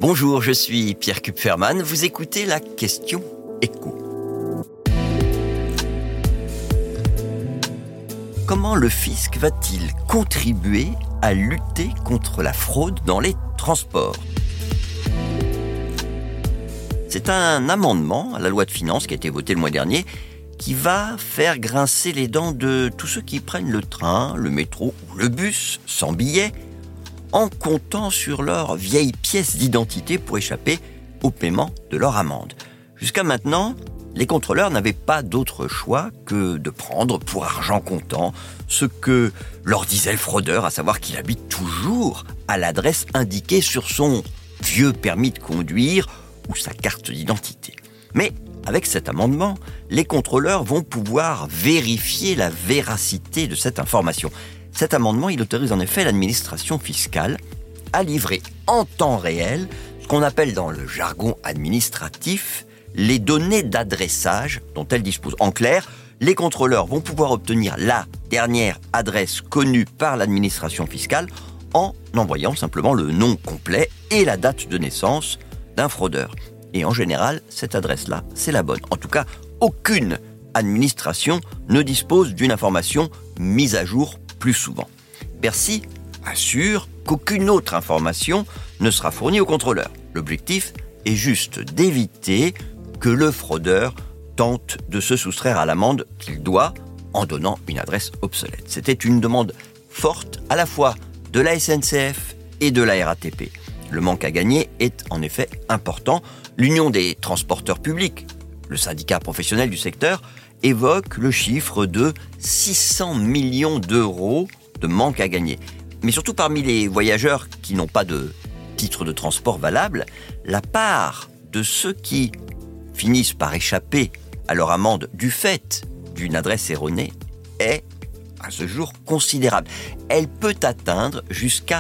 Bonjour, je suis Pierre Kupferman. Vous écoutez la question écho. Comment le fisc va-t-il contribuer à lutter contre la fraude dans les transports ? C'est un amendement à la loi de finances qui a été voté le mois dernier qui va faire grincer les dents de tous ceux qui prennent le train, le métro ou le bus sans billet en comptant sur leur vieille pièce d'identité pour échapper au paiement de leur amende. Jusqu'à maintenant, les contrôleurs n'avaient pas d'autre choix que de prendre pour argent comptant ce que leur disait le fraudeur, à savoir qu'il habite toujours à l'adresse indiquée sur son vieux permis de conduire ou sa carte d'identité. Mais avec cet amendement, les contrôleurs vont pouvoir vérifier la véracité de cette information. Cet amendement, il autorise en effet l'administration fiscale à livrer en temps réel ce qu'on appelle dans le jargon administratif les données d'adressage dont elle dispose. En clair, les contrôleurs vont pouvoir obtenir la dernière adresse connue par l'administration fiscale en envoyant simplement le nom complet et la date de naissance d'un fraudeur. Et en général, cette adresse-là, c'est la bonne. En tout cas, aucune administration ne dispose d'une information mise à jour plus souvent. Bercy assure qu'aucune autre information ne sera fournie au contrôleur. L'objectif est juste d'éviter que le fraudeur tente de se soustraire à l'amende qu'il doit en donnant une adresse obsolète. C'était une demande forte à la fois de la SNCF et de la RATP. Le manque à gagner est en effet important. L'Union des transporteurs publics, le syndicat professionnel du secteur, évoque le chiffre de 600 millions d'euros de manque à gagner. Mais surtout parmi les voyageurs qui n'ont pas de titre de transport valable, la part de ceux qui finissent par échapper à leur amende du fait d'une adresse erronée est, à ce jour, considérable. Elle peut atteindre jusqu'à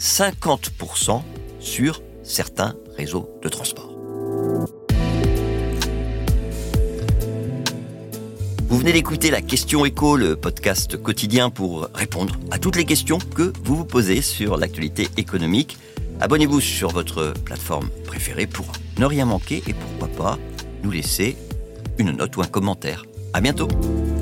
50% sur certains réseaux de transport. Vous venez d'écouter la Question Écho, le podcast quotidien pour répondre à toutes les questions que vous vous posez sur l'actualité économique. Abonnez-vous sur votre plateforme préférée pour ne rien manquer et pourquoi pas nous laisser une note ou un commentaire. À bientôt.